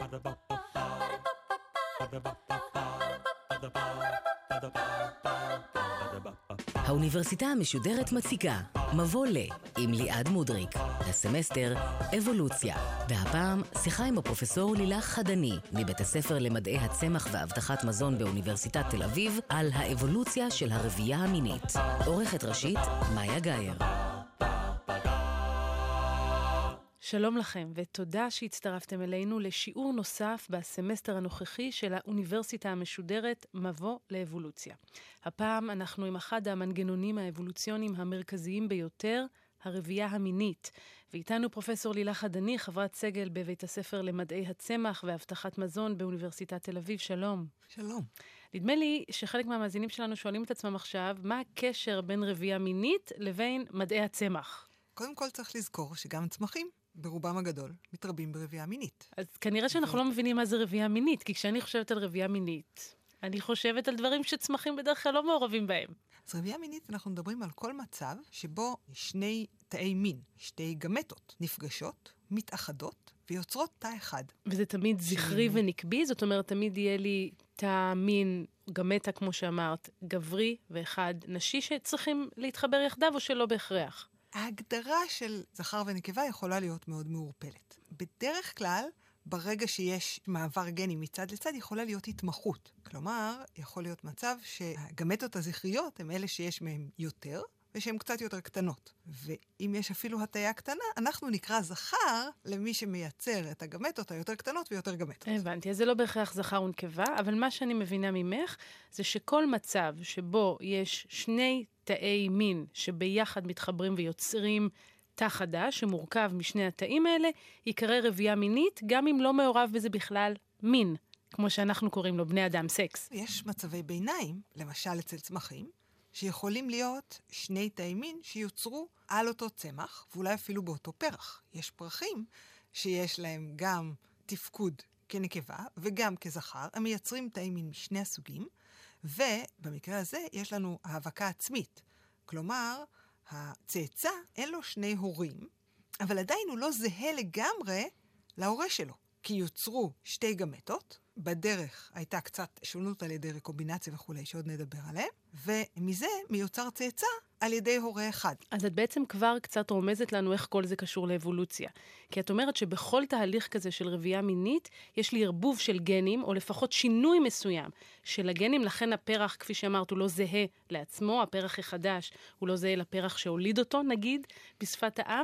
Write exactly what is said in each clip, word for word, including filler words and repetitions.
האוניברסיטה המשודרת מציגה מבוא ל עם ליעד מודריק, הסמסטר אבולוציה, והפעם שיחה עם הפרופסור לילך חדני מבית הספר למדעי הצמח והבטחת מזון באוניברסיטת תל אביב על האבולוציה של הרבייה המינית. עורכת ראשית מאיה גייר. שלום לכם ותודה שהצטרפתם אלינו לשיעור נוסף בסמסטר הנוכחי של האוניברסיטה המשודרת מבוא לאבולוציה. הפעם אנחנו עם אחד המנגנונים האבולוציוניים המרכזיים ביותר, הרבייה המינית. ואיתנו פרופסור לילך חדני, חברת סגל בבית הספר למדעי הצמח והבטחת מזון באוניברסיטת תל אביב. שלום. שלום. נדמה לי שחלק מהמאזינים שלנו שואלים את עצמם עכשיו, מה הקשר בין רבייה מינית לבין מדעי הצמח? קודם כל צריך לזכור שגם צמחים, ברובם הגדול, מתרבים ברבייה מינית. אז כנראה שאנחנו לא מבינים מה זה רבייה מינית, כי כשאני חושבת על רבייה מינית, אני חושבת על דברים שצמחים בדרך כלל לא מעורבים בהם. אז רבייה מינית אנחנו מדברים על כל מצב שבו שני תאי מין, שתי גמטות, נפגשות, מתאחדות ויוצרות תא אחד. וזה תמיד זכרי ונקבי, זאת אומרת, תמיד יהיה לי תא מין גמטה, כמו שאמרת, גברי ואחד נשי שצריכים להתחבר יחדיו או שלא בהכרח. ההגדרה של זכר ונקבה יכולה להיות מאוד מעורפלת. בדרך כלל, ברגע שיש מעבר גני מצד לצד, יכולה להיות התמחות. כלומר, יכול להיות מצב שהגמטות הזכריות הם אלה שיש מהם יותר, ושהן קצת יותר קטנות. ואם יש אפילו הטיה קטנה, אנחנו נקרא זכר למי שמייצר את הגמטות היותר קטנות ויותר גמטות. הבנתי, אז זה לא בהכרח זכר ונקבה, אבל מה שאני מבינה ממך, זה שכל מצב שבו יש שני תאי מין שביחד מתחברים ויוצרים תא חדש שמורכב משני התאים האלה, יקרא רבייה מינית, גם אם לא מעורב בזה בכלל מין, כמו שאנחנו קוראים לו בני אדם, סקס. יש מצבי ביניים, למשל אצל צמחים, שיכולים להיות שני תאי מין שיוצרו על אותו צמח, ואולי אפילו באותו פרח. יש פרחים שיש להם גם תפקוד כנקבה וגם כזכר, הם מייצרים תאי מין משני הסוגים, ובמקרה הזה יש לנו האבקה עצמית. כלומר, הצאצא אין לו שני הורים, אבל עדיין הוא לא זהה לגמרי להורה שלו, כי יוצרו שתי גמטות, בדרך הייתה קצת שונות על ידי רקומבינציה וכו', שעוד נדבר עליהם, ומזה מיוצר צאצא על ידי הורה אחד. אז את בעצם כבר קצת רומזת לנו איך כל זה קשור לאבולוציה. כי את אומרת שבכל תהליך כזה של רבייה מינית, יש לי ערבוב של גנים, או לפחות שינוי מסוים של הגנים, לכן הפרח, כפי שאמרת, הוא לא זהה לעצמו, הפרח החדש הוא לא זהה לפרח שהוליד אותו, נגיד, בשפת העם,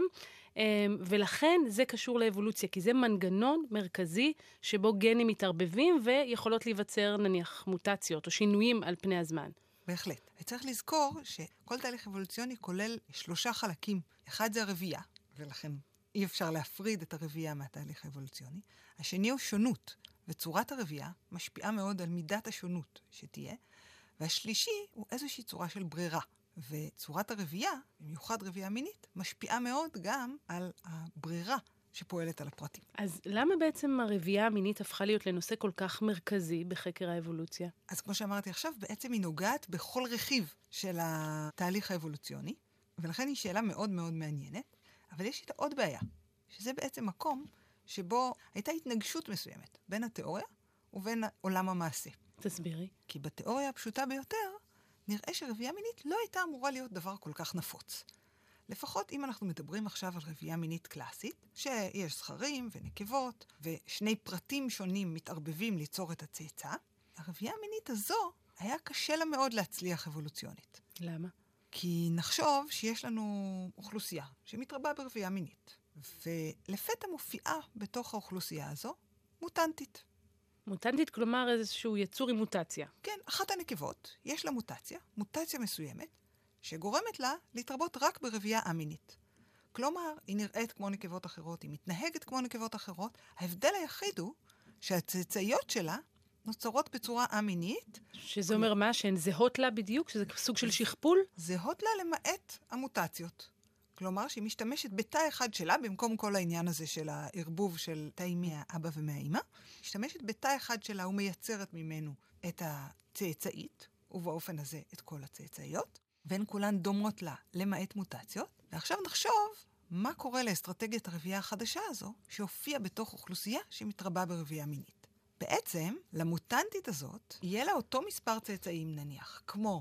ולכן זה קשור לאבולוציה, כי זה מנגנון מרכזי שבו גנים מתערבבים ויכולות להיווצר נניח מוטציות או שינויים על פני הזמן. בהחלט. וצריך לזכור שכל תהליך אבולוציוני כולל שלושה חלקים. אחד זה הרבייה, ולכן אי אפשר להפריד את הרבייה מהתהליך האבולוציוני. השני הוא שונות, וצורת הרבייה משפיעה מאוד על מידת השונות שתהיה. והשלישי הוא איזושהי צורה של ברירה. וצורת הרבייה, במיוחד רבייה מינית, משפיעה מאוד גם על הברירה שפועלת על הפרטים. אז למה בעצם הרבייה המינית הפכה להיות לנושא כל כך מרכזי בחקר האבולוציה? אז כמו שאמרתי עכשיו, בעצם היא נוגעת בכל רכיב של התהליך האבולוציוני, ולכן היא שאלה מאוד מאוד מעניינת, אבל יש איתה עוד בעיה, שזה בעצם מקום שבו הייתה התנגשות מסוימת בין התיאוריה ובין עולם המעשה. תסבירי. כי בתיאוריה הפשוטה ביותר, נראה שרבייה מינית לא הייתה אמורה להיות דבר כל כך נפוץ. לפחות אם אנחנו מדברים עכשיו על רבייה מינית קלאסית, שיש זכרים ונקבות, ושני פרטים שונים מתערבבים ליצור את הצאצא, הרבייה המינית הזו היה קשה לה מאוד להצליח אבולוציונית. למה? כי נחשוב שיש לנו אוכלוסייה שמתרבה ברבייה מינית, ולפתע מופיעה בתוך האוכלוסייה הזו מוטנטית. מוטנטית, כלומר איזשהו יצור עם מוטציה. כן, אחת הנקבות, יש לה מוטציה, מוטציה מסוימת, שגורמת לה להתרבות רק ברבייה א-מינית. כלומר, היא נראית כמו נקבות אחרות, היא מתנהגת כמו נקבות אחרות. ההבדל היחיד הוא שהצאצאיות שלה נוצרות בצורה א-מינית. שזה אומר מה? שהן זהות לה בדיוק? שזה סוג של שכפול? זהות לה למעט המוטציות. כלומר, שהיא משתמשת בתא אחד שלה, במקום כל העניין הזה של הערבוב של תאים מהאבא ומהאמא, משתמשת בתא אחד שלה ומייצרת ממנו את הצאצאית, ובאופן הזה את כל הצאצאיות, והן כולן דומות לה למעט מוטציות. ועכשיו נחשוב מה קורה לאסטרטגיית הרבייה החדשה הזו, שהופיעה בתוך אוכלוסייה שמתרבה ברבייה מינית. בעצם, למוטנטית הזאת, יהיה לה אותו מספר צאצאים נניח, כמו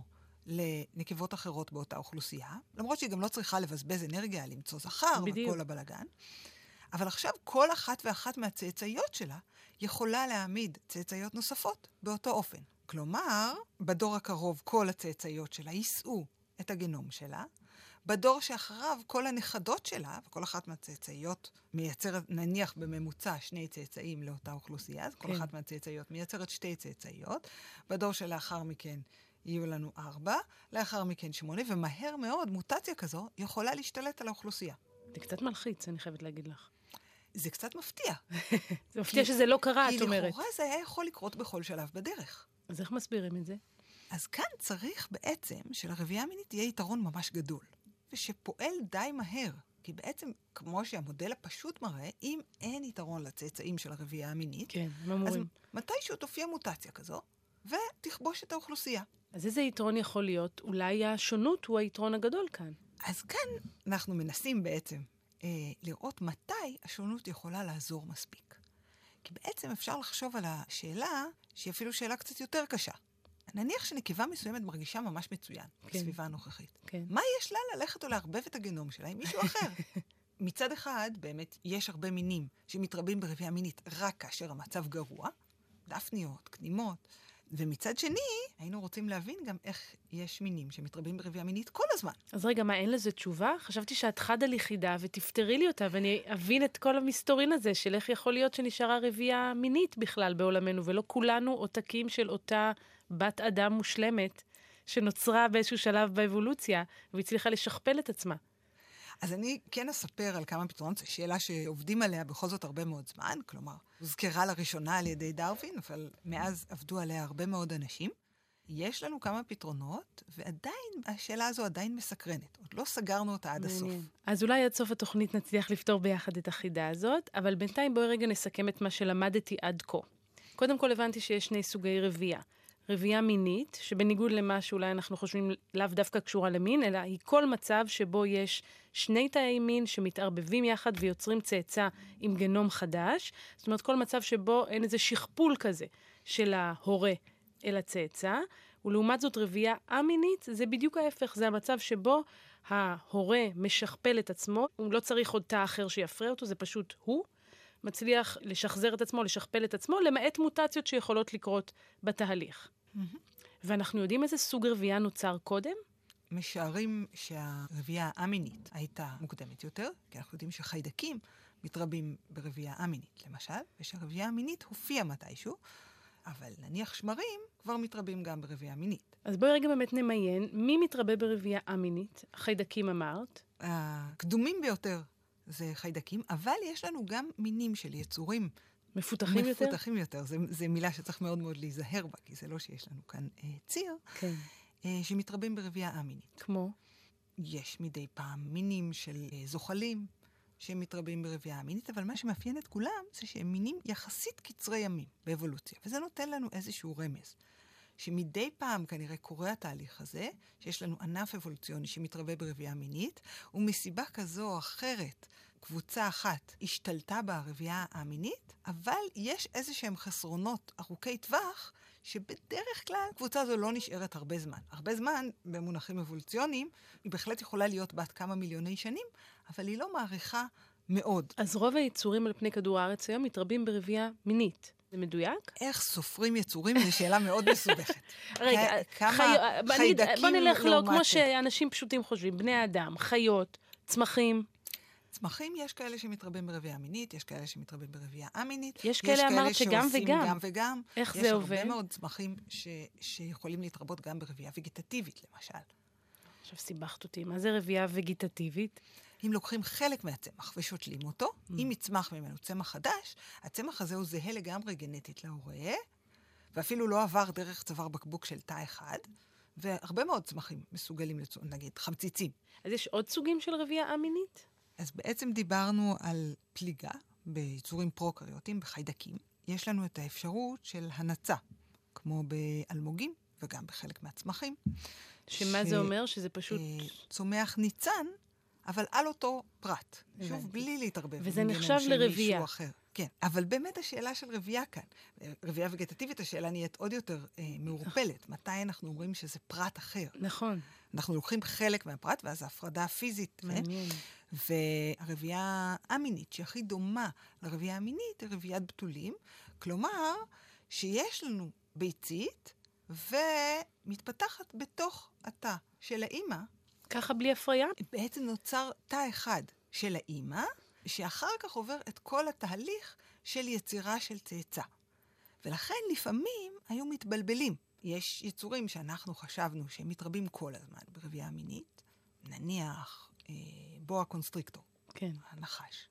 לנקבות אחרות באותה אוכלוסייה, למרות שהיא גם לא צריכה לבזבז אנרגיה למצוא זכר וכל הבלגן. אבל עכשיו כל אחת ואחת מהצאצאיות שלה יכולה להעמיד צאצאיות נוספות באותו אופן. כלומר, בדור הקרוב כל הצאצאיות שלה יישאו את הגנום שלה, בדור שאחריו כל הנכדות שלה, וכל אחת מהצאצאיות מייצרת נניח בממוצע שני צאצאים לאותה אוכלוסייה, אז כל כן. אחת מהצאצאיות מייצרת שתי צאצאיות, בדור שלאחר מכן יהיו לנו ארבע, לאחר מכן שמונה, ומהר מאוד מוטציה כזו יכולה להשתלט על האוכלוסייה. זה קצת מלחיץ, אני חייבת להגיד לך. זה קצת מפתיע. זה מפתיע שזה לא קרה, את אומרת. כי לכאורה זה היה יכול לקרות בכל שלב בדרך. אז איך מסבירים את זה? אז כאן צריך בעצם שלרבייה המינית יהיה יתרון ממש גדול, ושפועל די מהר. כי בעצם, כמו שהמודל הפשוט מראה, אם אין יתרון לצאצאים של הרבייה המינית, כן, אז מתישהו תופיע מוטציה כזו, ותכבוש את האוכלוסייה. אז איזה יתרון יכול להיות? אולי השונות הוא היתרון הגדול כאן. אז כאן אנחנו מנסים בעצם אה, לראות מתי השונות יכולה לעזור מספיק. כי בעצם אפשר לחשוב על השאלה, שהיא אפילו שאלה קצת יותר קשה. נניח שנקבה מסוימת מרגישה ממש מצוין, כן. בסביבה הנוכחית. כן. מה יש לה ללכת או להרבב את הגנום שלה עם מישהו אחר? מצד אחד, באמת, יש הרבה מינים שמתרבים ברבייה מינית רק כאשר המצב גרוע, דפניות, קנימות, ומצד שני, היינו רוצים להבין גם איך יש מינים שמתרבים ברבייה מינית כל הזמן. אז רגע, מה, אין לזה תשובה? חשבתי שאת חד על יחידה ותפתרי לי אותה, ואני אבין את כל המסתורין הזה של איך יכול להיות שנשארה רבייה מינית בכלל בעולמנו, ולא כולנו עותקים של אותה בת אדם מושלמת שנוצרה באיזשהו שלב באבולוציה, והצליחה לשכפל את עצמה. אז אני כן אספר על כמה פתרונות, זו שאלה שעובדים עליה בכל זאת הרבה מאוד זמן, כלומר, הוזכרה לראשונה על ידי דרווין, אבל מאז עבדו עליה הרבה מאוד אנשים. יש לנו כמה פתרונות, ועדיין, השאלה הזו עדיין מסקרנת. עוד לא סגרנו אותה עד הסוף. אז אולי עד סוף התוכנית נצליח לפתור ביחד את החידה הזאת, אבל בינתיים בואי רגע נסכם את מה שלמדתי עד כה. קודם כל הבנתי שיש שני סוגי רבייה. רבייה מינית, שבניגוד למה שאולי אנחנו חושבים לאו דווקא קשורה למין, אלא היא כל מצב שבו יש שני תאי מין שמתערבבים יחד ויוצרים צאצא עם גנום חדש. זאת אומרת, כל מצב שבו אין איזה שכפול כזה של ההורה אל הצאצא, ולעומת זאת רבייה א-מינית, זה בדיוק ההפך, זה המצב שבו ההורה משכפל את עצמו, הוא לא צריך עוד תא אחר שיפרה אותו, זה פשוט הוא. מצליח לשחזר את עצמו, לשכפל את עצמו, למעט מוטציות שיכולות לקרות בתהליך. Mm-hmm. ואנחנו יודעים איזה סוג רבייה נוצר קודם? משערים שהרבייה המינית הייתה מוקדמת יותר, כי אנחנו יודעים שחיידקים מתרבים ברבייה המינית, למשל, ושהרבייה המינית הופיעה מתישהו, אבל נניח שמרים כבר מתרבים גם ברבייה מינית. אז בואי רגע באמת נמיין, מי מתרבה ברבייה המינית? חיידקים אמרת? הקדומים ביותר. זה חיידקים, אבל יש לנו גם מינים של יצורים מפותחים יותר. מפותחים יותר. זה, זה מילה שצריך מאוד מאוד להיזהר בה, כי זה לא שיש לנו כאן אה, ציר, כן. אה, שמתרבים ברבייה א-מינית. כמו? יש מדי פעם מינים של אה, זוחלים שמתרבים ברבייה א-מינית, אבל מה שמאפיין את כולם זה שהם מינים יחסית קצרי ימים באבולוציה, וזה נותן לנו איזשהו רמז. שמדי פעם כנראה קורה התהליך הזה, שיש לנו ענף אבולוציוני שמתרבה ברבייה מינית, ומסיבה כזו או אחרת, קבוצה אחת השתלטה ברבייה המינית, אבל יש איזה שהם חסרונות ארוכי טווח, שבדרך כלל קבוצה הזו לא נשארת הרבה זמן. הרבה זמן, במונחים אבולוציוניים, היא בהחלט יכולה להיות בת כמה מיליוני שנים, אבל היא לא מעריכה מאוד. אז רוב היצורים על פני כדור הארץ היום מתרבים ברבייה מינית. זה מדויק? איך סופרים יצורים? זו שאלה מאוד מסובכת. רגע, כמה חיידקים בוא נלך לו, כמו שאנשים פשוטים חושבים, בני האדם, חיות, צמחים. צמחים יש כאלה שמתרבים ברבייה מינית, יש כאלה שמתרבים ברבייה א-מינית. יש כאלה אמרת שגם וגם. גם וגם. איך זה עובד? יש הרבה מאוד צמחים שיכולים להתרבות גם ברבייה וגיטטיבית, למשל. עכשיו סיבכת אותי, מה זה רבייה וגיטטיבית? אם לוקחים חלק מהצמח ושותלים אותו, mm. אם יצמח ממנו צמח חדש, הצמח הזה הוא זהה לגמרי גנטית להורה, ואפילו לא עבר דרך צוואר בקבוק של תא אחד, והרבה מאוד צמחים מסוגלים, לצור, נגיד, חמציצים. אז יש עוד סוגים של רבייה א-מינית? אז בעצם דיברנו על פליגה ביצורים פרוקריוטיים, בחיידקים. יש לנו את האפשרות של הנצה, כמו באלמוגים וגם בחלק מהצמחים. שמה ש... זה אומר? שזה פשוט... צומח ניצן, אבל על אותו פרט. הבנתי. שוב, בלי להתערבב. וזה עם גנום נחשב של לרבייה. מישהו אחר. כן, אבל באמת השאלה של רבייה כאן, רבייה וגטטיבית, השאלה נהיית עוד יותר אה, מעורפלת. מתי אנחנו אומרים שזה פרט אחר? נכון. אנחנו לוקחים חלק מהפרט, ואז ההפרדה הפיזית. מעניין. והרבייה המינית, שהכי דומה לרבייה המינית, היא רביית בתולים. כלומר, שיש לנו ביצית, ומתפתחת בתוך התא של האימא. ככה בלי הפריה? בעצם נוצר תא אחד של האימא, שאחר כך עובר את כל התהליך של יצירה של צאצא. ולכן לפעמים היו מתבלבלים. יש יצורים שאנחנו חשבנו שהם מתרבים כל הזמן ברבייה המינית, נניח אה, בוע קונסטריקטור, כן. הנחש.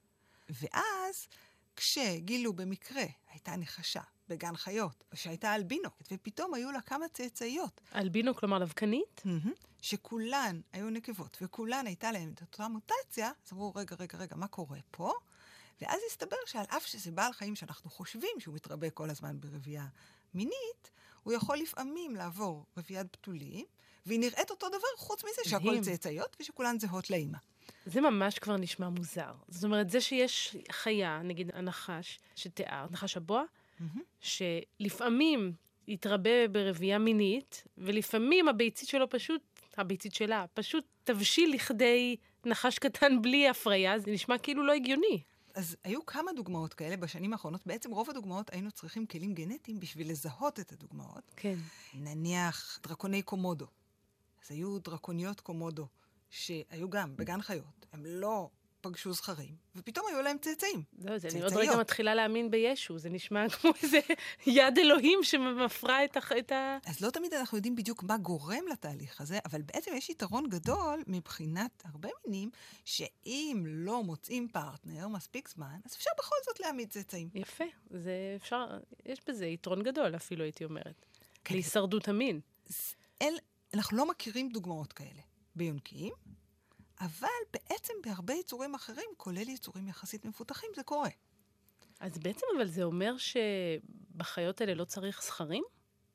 ואז כשגילו במקרה, הייתה נחשה בגן חיות, שהייתה אלבינו, ופתאום היו לה כמה צאצאיות. אלבינו, כלומר לבקנית? שכולן היו נקבות, וכולן הייתה להן את אותה מוטציה, אז אמרו, רגע, רגע, רגע, מה קורה פה? ואז הסתבר שעל אף שזה בעל חיים שאנחנו חושבים שהוא מתרבה כל הזמן ברבייה מינית, הוא יכול לפעמים לעבור רביית בתולים, והיא נראית אותו דבר חוץ מזה שהכל צאצאיות ושכולן זהות לאמא. זה ממש כבר נשמע מוזר. זאת אומרת, זה שיש חיה, נגיד הנחש שתיאר, נחש הבוע, mm-hmm. שלפעמים יתרבה ברבייה מינית, ולפעמים הביצית שלו פשוט, הביצית שלה, פשוט תבשיל לכדי נחש קטן בלי הפריה, זה נשמע כאילו לא הגיוני. אז היו כמה דוגמאות כאלה בשנים האחרונות. בעצם רוב הדוגמאות היינו צריכים כלים גנטיים בשביל לזהות את הדוגמאות. כן. נניח דרקוני קומודו. אז היו דרקוניות קומודו, שהיו גם בגן חיות. הם לא פגשו זכרים, ופתאום היו להם צאצאים. לא, זה אני עוד רגע מתחילה להאמין בישו. זה נשמע כמו איזה יד אלוהים שמפרה את, את ה... אז לא תמיד אנחנו יודעים בדיוק מה גורם לתהליך הזה, אבל בעצם יש יתרון גדול מבחינת הרבה מינים, שאם לא מוצאים פרטנר מספיק זמן, אז אפשר בכל זאת להעמיד צאצאים. יפה. זה אפשר, יש בזה יתרון גדול אפילו, הייתי אומרת. כן. להישרדות המין. אל, אנחנו לא מכירים דוגמאות כאלה ביונקים, אבל בעצם בהרבה יצורים אחרים, כולל יצורים יחסית מפותחים, זה קורה. אז בעצם אבל זה אומר שבחיות האלה לא צריך זכרים?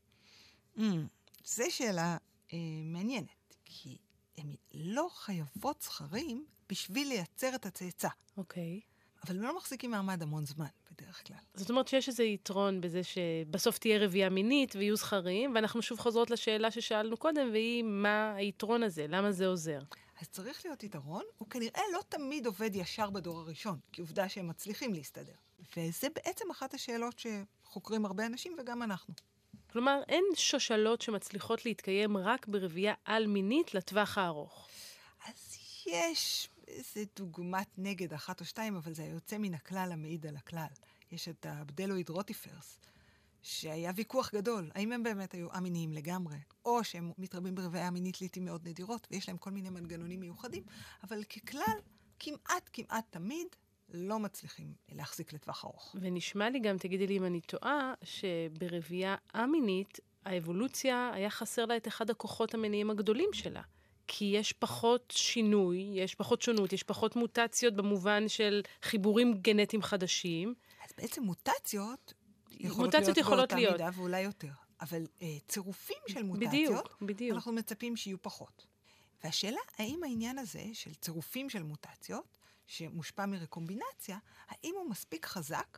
Mm, זו שאלה אה, מעניינת, כי הן לא חייבות זכרים בשביל לייצר את הצאצא. אוקיי. אבל הם לא מחזיקים מעמד המון זמן, בדרך כלל. זאת אומרת שיש איזה יתרון בזה שבסוף תהיה רבייה מינית ויהיו זכרים, ואנחנו שוב חוזרות לשאלה ששאלנו קודם, והיא מה היתרון הזה, למה זה עוזר? אז צריך להיות יתרון, הוא כנראה לא תמיד עובד ישר בדור הראשון, כי עובדה שהם מצליחים להסתדר. וזה בעצם אחת השאלות שחוקרים הרבה אנשים וגם אנחנו. כלומר, אין שושלות שמצליחות להתקיים רק ברבייה על-מינית לטווח הארוך. אז יש איזו דוגמת נגד אחת או שתיים, אבל זה יוצא מן הכלל המעיד על הכלל. יש את הבדלואיד רוטיפרס, שהיה ויכוח גדול, האם הם באמת היו א-מיניים לגמרי, או שהם מתרבים ברבייה מינית לעתים מאוד נדירות, ויש להם כל מיני מנגנונים מיוחדים, אבל ככלל, כמעט כמעט תמיד לא מצליחים להחזיק לטווח ארוך. ונשמע לי גם, תגידי לי אם אני טועה, שברבייה א-מינית, האבולוציה היה חסר לה את אחד הכוחות המניעים הגדולים שלה. כי יש פחות שינוי, יש פחות שונות, יש פחות מוטציות במובן של חיבורים גנטיים חדשים. אז בעצם מוטציות יכולות מוטציות להיות יכולות באותה להיות. מידה ואולי יותר. אבל uh, צירופים של מוטציות, בדיוק, בדיוק. אנחנו מצפים שיהיו פחות. והשאלה, האם העניין הזה של צירופים של מוטציות, שמושפע מרקומבינציה, האם הוא מספיק חזק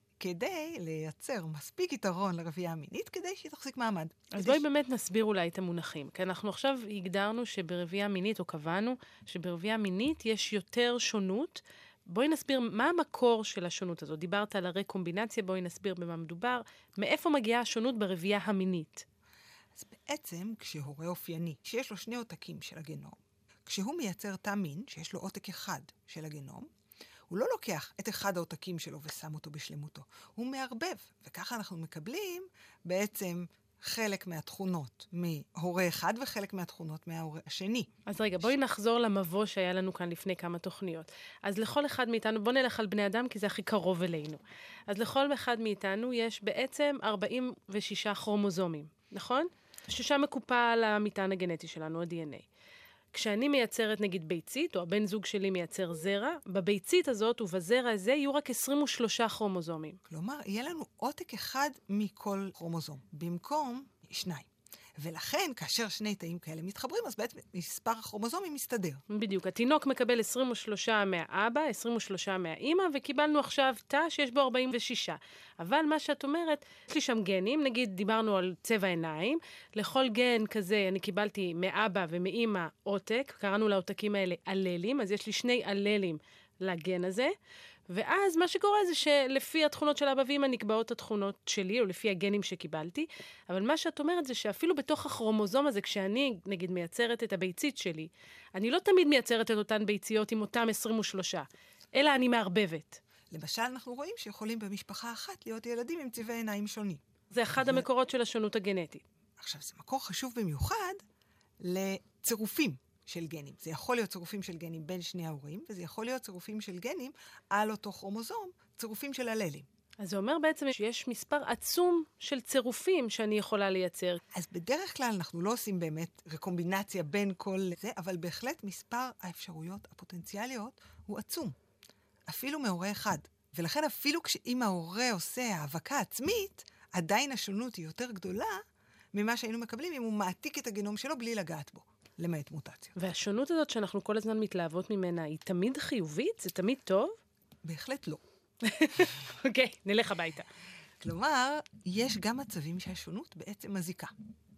כדי לייצר מספיק יתרון לרבייה המינית, כדי שהיא תחזיק מעמד. אז בואי ש... באמת נסביר אולי את המונחים. כי אנחנו עכשיו הגדרנו שברבייה מינית, או קבענו, שברבייה מינית יש יותר שונות. בואי נסביר מה המקור של השונות הזאת. דיברת על הרקומבינציה, בואי נסביר במה מדובר. מאיפה מגיעה השונות ברבייה המינית? אז בעצם כשהורה אופייני, שיש לו שני עותקים של הגנום, כשהוא מייצר תא מין, שיש לו עותק אחד של הגנום, הוא לא לוקח את אחד העותקים שלו ושם אותו בשלמותו. הוא מערבב, וככה אנחנו מקבלים בעצם חלק מהתכונות מהורה אחד וחלק מהתכונות מההורה השני. אז רגע, בואי נחזור למבוא שהיה לנו כאן לפני כמה תוכניות. אז לכל אחד מאיתנו, בוא נלך על בני אדם כי זה הכי קרוב אלינו. אז לכל אחד מאיתנו יש בעצם ארבעים ושישה כרומוזומים, נכון? ששם מקופל המטען הגנטי שלנו, ה-די אן איי. כשאני מייצרת נגיד ביצית, או הבן זוג שלי מייצר זרע, בביצית הזאת ובזרע הזה יהיו רק עשרים ושלושה כרומוזומים. כלומר, יהיה לנו עותק אחד מכל כרומוזום, במקום שניים. ולכן, כאשר שני תאים כאלה מתחברים, אז בעצם מספר הכרומוזומים מסתדר. בדיוק, התינוק מקבל עשרים ושלושה מהאבא, עשרים ושלושה מהאמא, וקיבלנו עכשיו תא שיש בו ארבעים ושש. אבל מה שאת אומרת, יש לי שם גנים, נגיד דיברנו על צבע עיניים, לכל גן כזה אני קיבלתי מאבא ומאמא עותק, קראנו לעותקים האלה אללים, אז יש לי שני אללים לגן הזה, ואז מה שקורה זה שלפי התכונות של אבא ואמא נקבעות התכונות שלי, או לפי הגנים שקיבלתי, אבל מה שאת אומרת זה שאפילו בתוך הכרומוזום הזה, כשאני נגיד מייצרת את הביצית שלי, אני לא תמיד מייצרת את אותן ביציות עם אותם עשרים ושלוש, אלא אני מערבבת. למשל, אנחנו רואים שיכולים במשפחה אחת להיות ילדים עם צבעי עיניים שונים. זה אחד ו... המקורות של השונות הגנטית. עכשיו, זה מקור חשוב במיוחד לצירופים של גנים. זה יכול להיות צירופים של גנים בין שני ההורים, וזה יכול להיות צירופים של גנים על אותו כרומוזום, צירופים של אללים. אז זה אומר בעצם שיש מספר עצום של צירופים שאני יכולה לייצר. אז בדרך כלל אנחנו לא עושים באמת רקומבינציה בין כל זה, אבל בהחלט מספר האפשרויות הפוטנציאליות הוא עצום. אפילו מהורה אחד. ולכן אפילו כשאם ההורה עושה האבקה עצמית, עדיין השונות היא יותר גדולה ממה שהיינו מקבלים אם הוא מעתיק את הגנום שלו בלי לגעת בו. למעט מוטציה. והשונות הזאת שאנחנו כל הזמן מתלהבות ממנה, היא תמיד חיובית? זה תמיד טוב? בהחלט לא. אוקיי, נלך הביתה. כלומר, יש גם מצבים שהשונות בעצם מזיקה.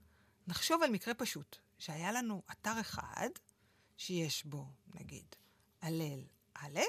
נחשוב על מקרה פשוט, שהיה לנו אתר אחד, שיש בו, נגיד, הלל א'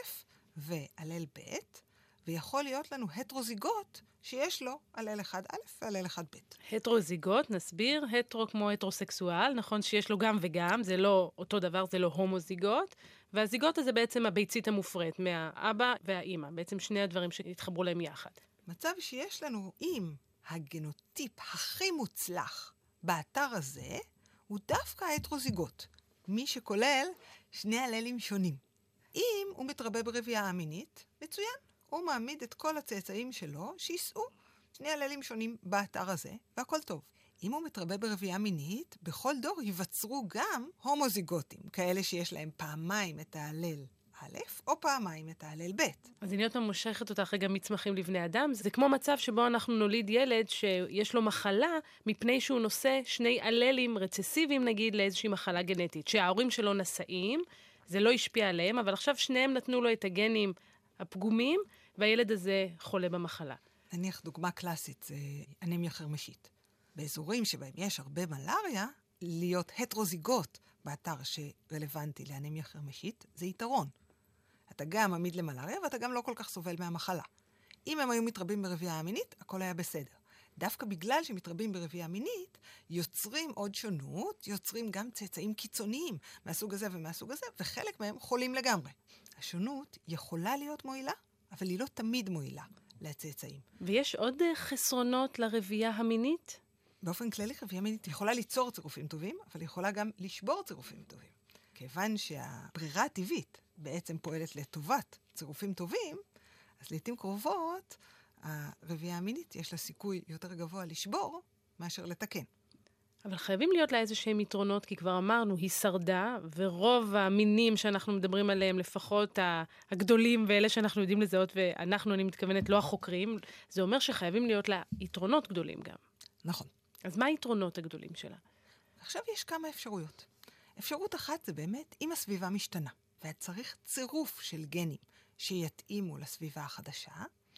והלל ב', ויכול להיות לנו הטרוזיגוט, שיש לו הלל אחד א' והלל אחד ב'. הטרוזיגוט, נסביר, הטרו כמו הטרוסקסואל, נכון שיש לו גם וגם, זה לא אותו דבר, זה לא הומוזיגוט, והזיגוט הזה בעצם הביצית המופרית, מהאבא והאמא, בעצם שני הדברים שהתחברו להם יחד. מצב שיש לנו עם הגנוטיפ הכי מוצלח באתר הזה, הוא דווקא ההטרוזיגוט, מי שכולל שני הללים שונים. אם הוא מתרבה ברבייה המינית, מצוין. הוא מעמיד את כל הצאצאים שלו שיסעו שני הללים שונים באתר הזה, והכל טוב. אם הוא מתרבה ברבייה מינית, בכל דור ייווצרו גם הומוזיגוטים, כאלה שיש להם פעמיים את ההלל א', או פעמיים את ההלל ב'. אז אני עוד פעם מושכת אותך רגע מצמחים לבני אדם, זה כמו מצב שבו אנחנו נוליד ילד שיש לו מחלה, מפני שהוא נושא שני אללים רצסיביים, נגיד, לאיזושהי מחלה גנטית, שההורים שלו נשאים, זה לא השפיע עליהם, אבל עכשיו שניהם נתנו לו את הגנים הפגומים, והילד הזה חולה במחלה. נניח דוגמה קלאסית, זה אנמיה חרמשית. באזורים שבהם יש הרבה מלריה, להיות הטרוזיגוט באתר שרלוונטי לאנמיה חרמשית, זה יתרון. אתה גם עמיד למלריה, ואתה גם לא כל כך סובל מהמחלה. אם הם היו מתרבים ברבייה המינית, הכל היה בסדר. דווקא בגלל שמתרבים ברבייה מינית, יוצרים עוד שונות, יוצרים גם צאצאים קיצוניים מהסוג הזה ומהסוג הזה, וחלק מהם חולים לגמרי. השונות יכולה להיות מועילה, אבל היא לא תמיד מועילה לצאצאים. ויש עוד חסרונות לרבייה המינית? באופן כללי, רבייה מינית יכולה ליצור צירופים טובים, אבל יכולה גם לשבור צירופים טובים. כיוון שהברירה הטבעית בעצם פועלת לטובת צירופים טובים, אז לעתים קרובות, הרבייה המינית יש לה סיכוי יותר גבוה לשבור מאשר לתקן. אבל חייבים להיות לה איזה שהם יתרונות, כי כבר אמרנו, היא שרדה, ורוב המינים שאנחנו מדברים עליהם, לפחות הגדולים ואלה שאנחנו יודעים לזהות, ואנחנו, אני מתכוונת, לא החוקרים, זה אומר שחייבים להיות לה יתרונות גדולים גם. נכון. אז מה היתרונות הגדולים שלה? עכשיו יש כמה אפשרויות. אפשרות אחת זה באמת, אם הסביבה משתנה, ואת צריך צירוף של גנים שיתאימו לסביבה החדשה,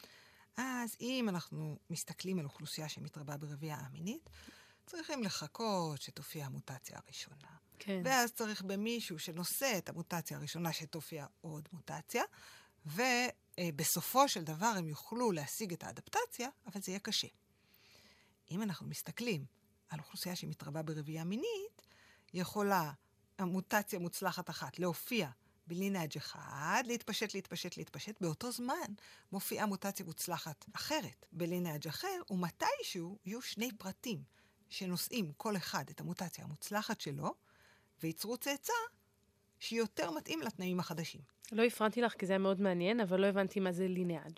אז אם אנחנו מסתכלים על אוכלוסייה שמתרבה ברבייה המינית, צריכים לחכות שתופיע המוטציה הראשונה. כן. ואז צריך במישהו שנושא את המוטציה הראשונה שתופיע עוד מוטציה, ובסופו של דבר הם יוכלו להשיג את האדפטציה, אבל זה יהיה קשה. אם אנחנו מסתכלים על אוכלוסייה שמתרבה ברבייה מינית, יכולה המוטציה מוצלחת אחת להופיע בלינאג' אחד, להתפשט, להתפשט, להתפשט. באותו זמן מופיעה מוטציה מוצלחת אחרת בלינאג' אחר, ומתישהו יהיו שני פרטים שנושאים כל אחד את המוטציה המוצלחת שלו, וייצרו צאצא שיותר מתאים לתנאים החדשים. לא הפרעתי לך כי זה היה מאוד מעניין, אבל לא הבנתי מה זה לינאג'.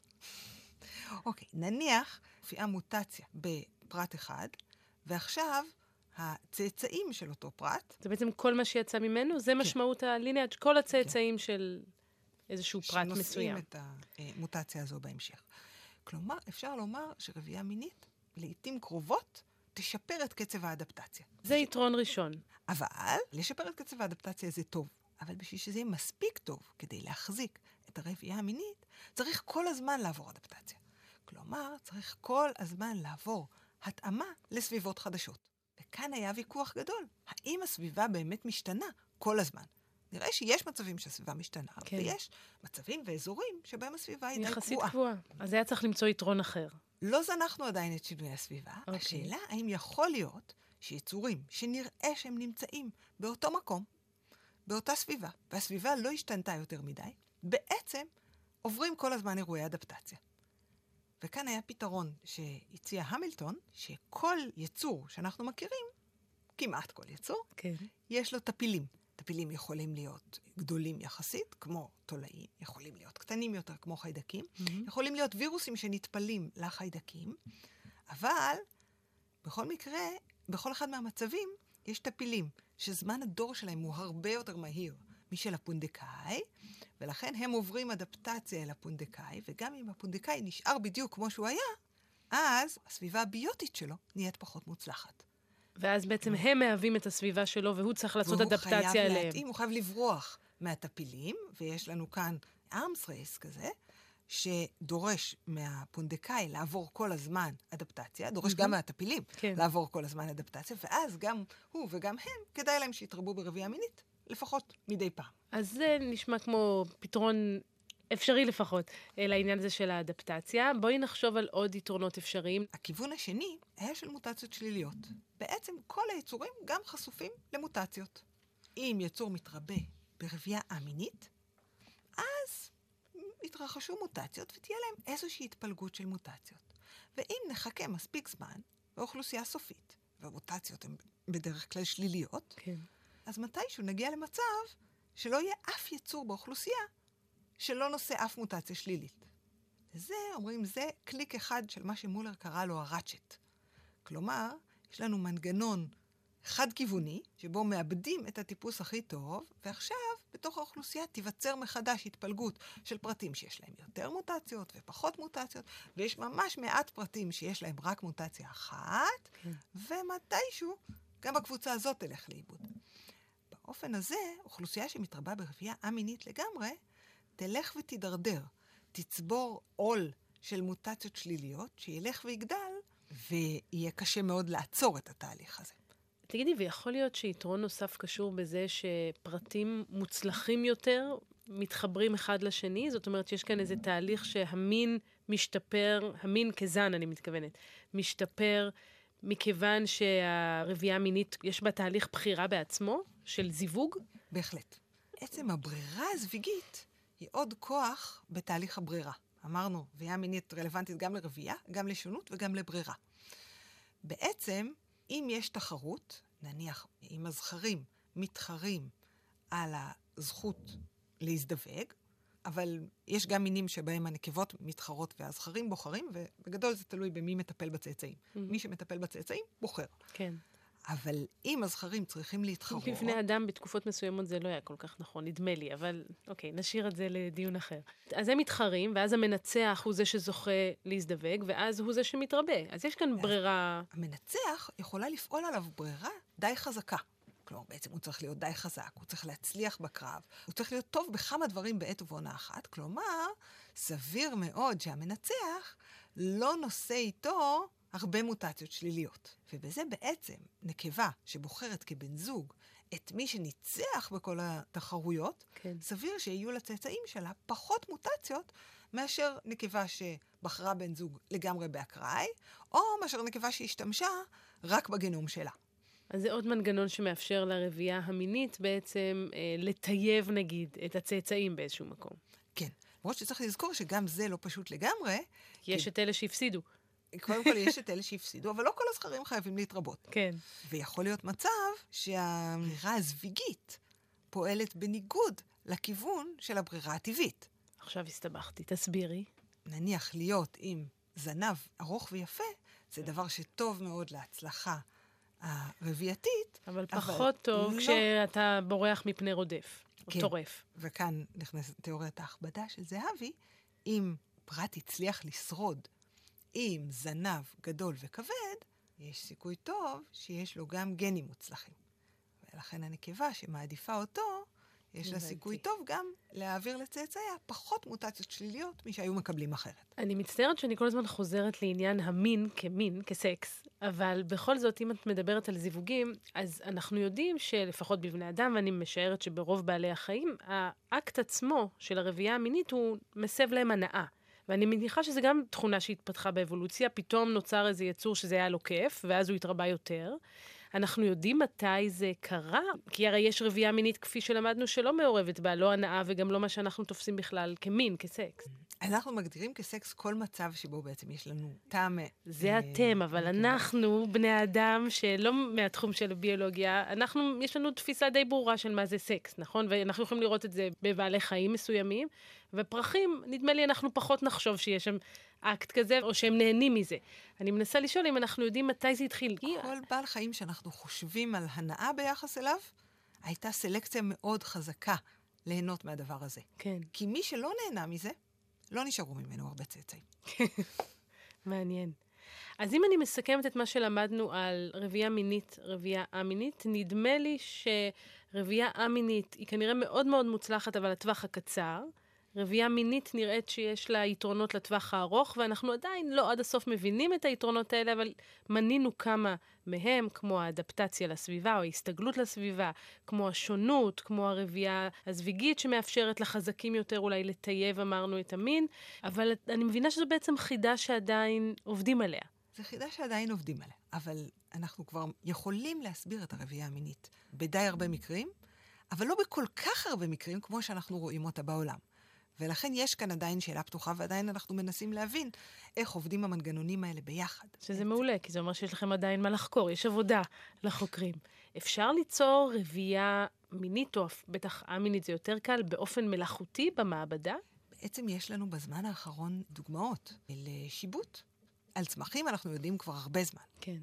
אוקיי, נניח מופיעה מוטציה בפרט אחד, ועכשיו הצאצאים של אותו פרט. זה בעצם כל מה שיצא ממנו? זה כן. משמעות הלינאג', כל הצאצאים כן. של איזשהו פרט מסוים. שנושאים את המוטציה הזו בהמשך. כלומר, אפשר לומר שרבייה מינית לעתים קרובות תשפר את קצב האדפטציה. זה יתרון ראשון. אבל לשפר את קצב האדפטציה זה טוב. אבל בשביל שזה יהיה מספיק טוב כדי להחזיק את הרבייה המינית, צריך כל הזמן לעבור אדפטציה. כלומר, צריך כל הזמן לעבור התאמה לסביבות חדשות. וכאן היה ויכוח גדול. האם הסביבה באמת משתנה כל הזמן? נראה שיש מצבים שהסביבה משתנה, כן. ויש מצבים ואזורים שבהם הסביבה היא די קבועה. יחסית קבועה. אז היה צריך למצוא יתרון אחר. לא זנחנו עדיין את שינוי הסביבה. Okay. השאלה האם יכול להיות שיצורים שנראה שהם נמצאים באותו מקום, באותה סביבה, והסביבה לא השתנתה יותר מדי, בעצם עוברים כל הזמן אירועי אדפטציה. וכאן היה פתרון שהציע המילטון, שכל יצור שאנחנו מכירים, כמעט כל יצור, כן. יש לו טפילים. טפילים יכולים להיות גדולים יחסית, כמו תולעים, יכולים להיות קטנים יותר, כמו חיידקים, mm-hmm. יכולים להיות וירוסים שנטפלים לחיידקים, אבל בכל מקרה, בכל אחד מהמצבים, יש טפילים, שזמן הדור שלהם הוא הרבה יותר מהיר משל הפונדקאי, ולכן הם עוברים אדפטציה אל הפונדקאי, וגם אם הפונדקאי נשאר בדיוק כמו שהוא היה, אז הסביבה הביוטית שלו נהיית פחות מוצלחת. ואז בעצם הם מהווים את הסביבה שלו, והוא צריך לעשות אדפטציה אליהם. והוא חייב להתאים, הוא חייב לברוח מהטפילים, ויש לנו כאן ארמס רייס כזה, שדורש מהפונדקאי לעבור כל הזמן אדפטציה, דורש גם מהטפילים לעבור כל הזמן אדפטציה, ואז גם הוא וגם הם, כדאי להם שיתרבו ברבייה מינית, לפחות מדי פעם. אז זה נשמע כמו פתרון אפשרי לפחות לעניין הזה של האדפטציה. בואי נחשוב על עוד יתרונות אפשריים. הכיוון השני היה של מוטציות שליליות. בעצם כל היצורים גם חשופים למוטציות. אם יצור מתרבה ברבייה א-מינית, אז יתרחשו מוטציות ותהיה להם איזושהי התפלגות של מוטציות. ואם נחכה מספיק זמן באוכלוסייה סופית, והמוטציות הן בדרך כלל שליליות, כן. אז מתישהו נגיע למצב שלא יהיה אף יצור באוכלוסייה שלא נושא אף מוטציה שלילית. וזה, אומרים, זה קליק אחד של מה שמולר קרא לו הרצ'ט. כלומר, יש לנו מנגנון חד-כיווני, שבו מאבדים את הטיפוס הכי טוב, ועכשיו, בתוך האוכלוסייה, תיווצר מחדש התפלגות של פרטים שיש להם יותר מוטציות ופחות מוטציות, ויש ממש מעט פרטים שיש להם רק מוטציה אחת, כן. ומתישהו, גם הקבוצה הזאת תלך לאיבוד. באופן הזה, אוכלוסייה שמתרבה ברבייה א-מינית לגמרי, תלך ותדרדר, תצבור עול של מוטציות שליליות, שילך ויגדל, ויהיה קשה מאוד לעצור את התהליך הזה. תגידי, ויכול להיות שיתרון נוסף קשור בזה שפרטים מוצלחים יותר מתחברים אחד לשני? זאת אומרת שיש כאן איזה תהליך שהמין משתפר, המין כזן אני מתכוונת, משתפר מכיוון שהרבייה המינית יש בה תהליך בחירה בעצמו של זיווג? בהחלט. עצם הברירה הזוויגית היא עוד כוח בתהליך הברירה. אמרנו, רבייה מינית רלוונטית גם לרבייה, גם לשונות וגם לברירה. בעצם, אם יש תחרות, נניח אם הזכרים מתחרים על הזכות להזדווג, אבל יש גם מינים שבהם הנקבות מתחרות והזכרים בוחרים, ובגדול זה תלוי במי מטפל בצאצאים. Mm-hmm. מי שמטפל בצאצאים בוחר. כן. אבל אם הזכרים צריכים להתחרות... בבני אדם בתקופות מסוימות זה לא היה כל כך נכון, נדמה לי, אבל אוקיי, נשאיר את זה לדיון אחר. אז הם מתחרים, ואז המנצח הוא זה שזוכה להזדווג, ואז הוא זה שמתרבה. אז יש כאן ברירה... המנצח יכולה לפעול עליו ברירה די חזקה. כלומר, בעצם הוא צריך להיות די חזק, הוא צריך להצליח בקרב, הוא צריך להיות טוב בכמה דברים בעת ובעונה אחת. כלומר, סביר מאוד שהמנצח לא נושא איתו הרבה מוטציות שליליות. ובזה בעצם נקבה שבוחרת כבן זוג את מי שניצח בכל התחרויות, כן. סביר שיהיו לצאצאים שלה פחות מוטציות מאשר נקבה שבחרה בן זוג לגמרי באקראי, או מאשר נקבה שהשתמשה רק בגנום שלה. אז זה עוד מנגנון שמאפשר לרבייה המינית בעצם אה, לטייב נגיד את הצאצאים באיזשהו מקום. כן, למרות שצריך לזכור שגם זה לא פשוט לגמרי. יש כי... את אלה שהפסידו. קודם כל יש את אלה שהפסידו, אבל לא כל הזכרים חייבים להתרבות. כן. ויכול להיות מצב שהברירה הזוויגית פועלת בניגוד לכיוון של הברירה הטבעית. עכשיו הסתבכתי, תסבירי. נניח להיות עם זנב ארוך ויפה, זה דבר שטוב מאוד להצלחה הרבייתית. אבל פחות טוב לא... כשאתה בורח מפני רודף, כן. או טורף. וכאן נכנסת תיאוריית ההכבדה של זהבי, אם פרט הצליח לשרוד עם זנב גדול וכבד, יש סיכוי טוב שיש לו גם גנים מוצלחים. ולכן הנקבה שמעדיפה אותו, יש לה סיכוי טוב גם להעביר לצאצאיה פחות מוטציות שליליות משהיו מקבלים אחרת. אני מצטערת שאני כל הזמן חוזרת לעניין המין כמין, כסקס, אבל בכל זאת, אם את מדברת על זיווגים, אז אנחנו יודעים שלפחות בבני אדם, ואני משערת שברוב בעלי החיים, האקט עצמו של הרבייה המינית הוא מסב להם הנאה. ואני מניחה שזה גם תכונה שהתפתחה באבולוציה, פתאום נוצר איזה יצור שזה היה לו כיף, ואז הוא התרבה יותר. אנחנו יודעים מתי זה קרה, כי הרי יש רבייה מינית כפי שלמדנו שלא מעורבת בה, לא הנאה וגם לא מה שאנחנו תופסים בכלל כמין, כסקס. אנחנו מגדירים כסקס כל מצב שבו בעצם יש לנו טעם. זה אתם, אבל אנחנו, בני האדם שלא מהתחום של הביולוגיה, אנחנו, יש לנו תפיסה די ברורה של מה זה סקס, נכון? ואנחנו יכולים לראות את זה בבעלי חיים מסוימים, ופרחים, נדמה לי, אנחנו פחות נחשוב שיש שם אקט כזה, או שהם נהנים מזה. אני מנסה לשאול אם אנחנו יודעים מתי זה התחיל. כל בעל חיים שאנחנו חושבים על הנאה ביחס אליו, הייתה סלקציה מאוד חזקה ליהנות מהדבר הזה. כן. כי מי שלא נהנה מזה, לא נשארו ממנו הרבה צאצאים. מעניין. אז אם אני מסכמת את מה שלמדנו על רבייה מינית, רבייה א-מינית, נדמה לי שרבייה א-מינית היא כנראה מאוד מאוד מוצלחת, אבל לטווח הקצר. רבייה מינית נראית שיש לה יתרונות לטווח הארוך, ואנחנו עדיין לא עד הסוף מבינים את היתרונות האלה, אבל מנינו כמה מהם, כמו האדפטציה לסביבה, או ההסתגלות לסביבה, כמו השונות, כמו הרבייה הזוויגית שמאפשרת לחזקים יותר אולי לטייב, אמרנו, את המין, אבל אני מבינה שזו בעצם חידה שעדיין עובדים עליה. זו חידה שעדיין עובדים עליה, אבל אנחנו כבר יכולים להסביר את הרבייה המינית בדי הרבה מקרים, אבל לא בכל כך הרבה מקרים כמו שאנחנו רואים אותה בעולם. ולכן יש כאן עדיין שאלה פתוחה, ועדיין אנחנו מנסים להבין איך עובדים המנגנונים האלה ביחד. שזה מעולה, כי זה אומר שיש לכם עדיין מה לחקור, יש עבודה לחוקרים. אפשר ליצור רבייה מינית, או בטח א-מינית זה יותר קל, באופן מלאכותי במעבדה? בעצם יש לנו בזמן האחרון דוגמאות לשיבוט. על צמחים אנחנו יודעים כבר הרבה זמן. כן.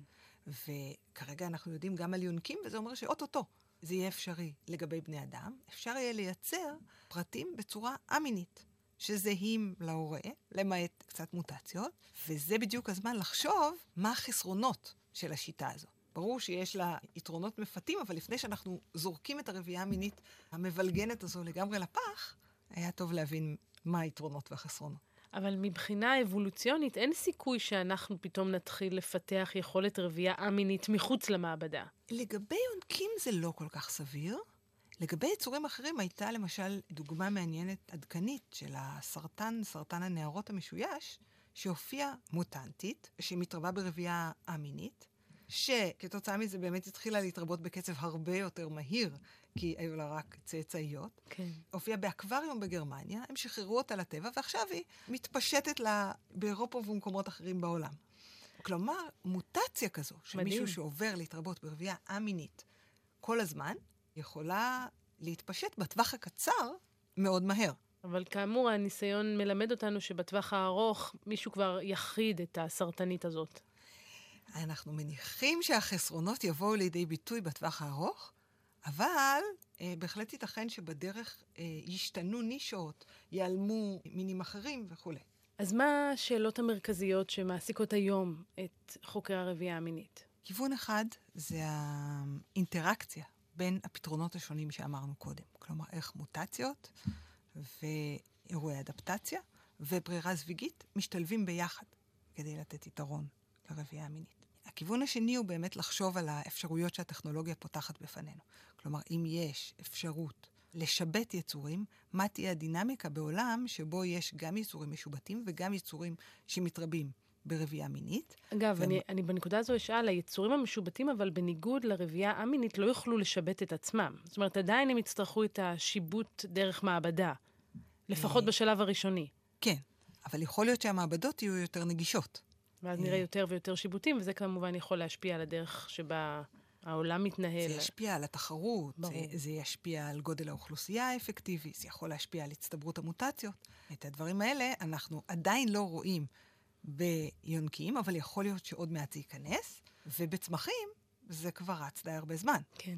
וכרגע אנחנו יודעים גם על יונקים, וזה אומר שאוטוטו זה יהיה אפשרי לגבי בני אדם. אפשר יהיה לייצר פרטים בצורה א-מינית, שזהים להורה, למעט קצת מוטציות, וזה בדיוק הזמן לחשוב מה החסרונות של השיטה הזו. ברור שיש לה יתרונות מפתים, אבל לפני שאנחנו זורקים את הרבייה המינית המבלגנת הזו לגמרי לפח, היה טוב להבין מה היתרונות והחסרונות. אבל מבחינה אבולוציונית אין סיכוי שאנחנו פתאום נתחיל לפתח יכולת רבייה א-מינית מחוץ למעבדה. לגבי יונקים זה לא כל כך סביר. לגבי יצורים אחרים הייתה למשל דוגמה מעניינת עדכנית של הסרטן, סרטן הנערות המשויש, שהופיעה מוטנטית, שמתרבה ברבייה א-מינית, שכתוצאה מזה באמת התחילה להתרבות בקצב הרבה יותר מהיר, כי היו לה רק צאצאיות. כן. הופיעה באקווריום בגרמניה, הם שחררו אותה לטבע, ועכשיו היא מתפשטת לה באירופה ובמקומות אחרים בעולם. כלומר, מוטציה כזו, שמישהו שעובר להתרבות ברבייה א-מינית כל הזמן, יכולה להתפשט בטווח הקצר מאוד מהר. אבל כאמור, הניסיון מלמד אותנו שבטווח הארוך מישהו כבר יחיד את הסרטנית הזאת. אנחנו מניחים שהחסרונות יבואו לידי ביטוי בטווח הארוך, אבל אה, בהחלט ייתכן שבדרך אה, ישתנו נישות, ייעלמו מינים אחרים וכו'. אז מה השאלות המרכזיות שמעסיקות היום את חוקרי הרבייה המינית? כיוון אחד זה האינטראקציה בין הפתרונות השונים שאמרנו קודם. כלומר, איך מוטציות ואירועי אדפטציה וברירה זוויגית משתלבים ביחד כדי לתת יתרון לרבייה המינית. הכיוון השני הוא באמת לחשוב על האפשרויות שהטכנולוגיה פותחת בפנינו. כלומר, אם יש אפשרות לשבת יצורים, מה תהיה הדינמיקה בעולם שבו יש גם יצורים משובטים וגם יצורים שמתרבים ברבייה מינית. אגב, ו... אני, אני בנקודה הזו אשאל, היצורים המשובטים, אבל בניגוד לרבייה המינית, לא יוכלו לשבת את עצמם. זאת אומרת, עדיין הם יצטרכו את השיבוט דרך מעבדה, לפחות בשלב הראשוני. כן, אבל יכול להיות שהמעבדות יהיו יותר נגישות. ואז נראה יותר ויותר שיבוטים, וזה כמובן יכול להשפיע על הדרך שבה העולם מתנהל. זה ישפיע על התחרות, זה, זה ישפיע על גודל האוכלוסייה האפקטיבי, זה יכול להשפיע על הצטברות המוטציות. את הדברים האלה אנחנו עדיין לא רואים ביונקים, אבל יכול להיות שעוד מעט זה ייכנס, ובצמחים זה כבר רץ די הרבה זמן. כן.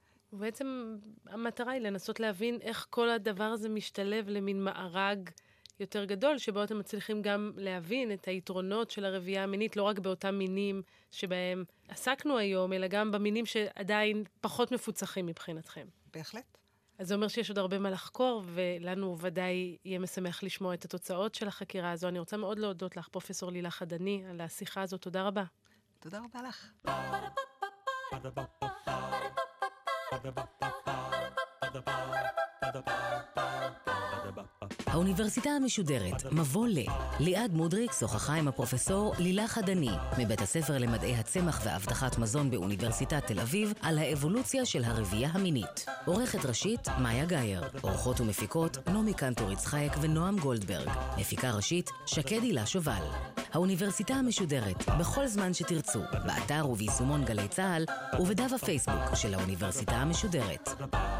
ובעצם המטרה היא לנסות להבין איך כל הדבר הזה משתלב למין מארג יותר גדול, שבו אתם מצליחים גם להבין את היתרונות של הרבייה המינית, לא רק באותם מינים שבהם עסקנו היום, אלא גם במינים שעדיין פחות מפוצחים מבחינתכם. בהחלט. אז זה אומר שיש עוד הרבה מה לחקור, ולנו ודאי יהיה משמח לשמוע את התוצאות של החקירה הזו. אני רוצה מאוד להודות לך, פרופסור לילך חדני, על השיחה הזו. תודה רבה. תודה רבה לך. האוניברסיטה המשודרת, מבוא ל. ליעד מודריק שוחחה עם הפרופסור לילך חדני, מבית הספר למדעי הצמח והבטחת מזון באוניברסיטת תל אביב, על האבולוציה של הרבייה המינית. עורכת ראשית, מאיה גייר. עורכות ומפיקות, נעמי קנטור יצחק ונועם גולדברג. מפיקה ראשית, שקד הילה שובל. האוניברסיטה המשודרת, בכל זמן שתרצו, באתר וביישומון גלי צהל, ובדף הפייסבוק של האוניברסיטה המשודרת.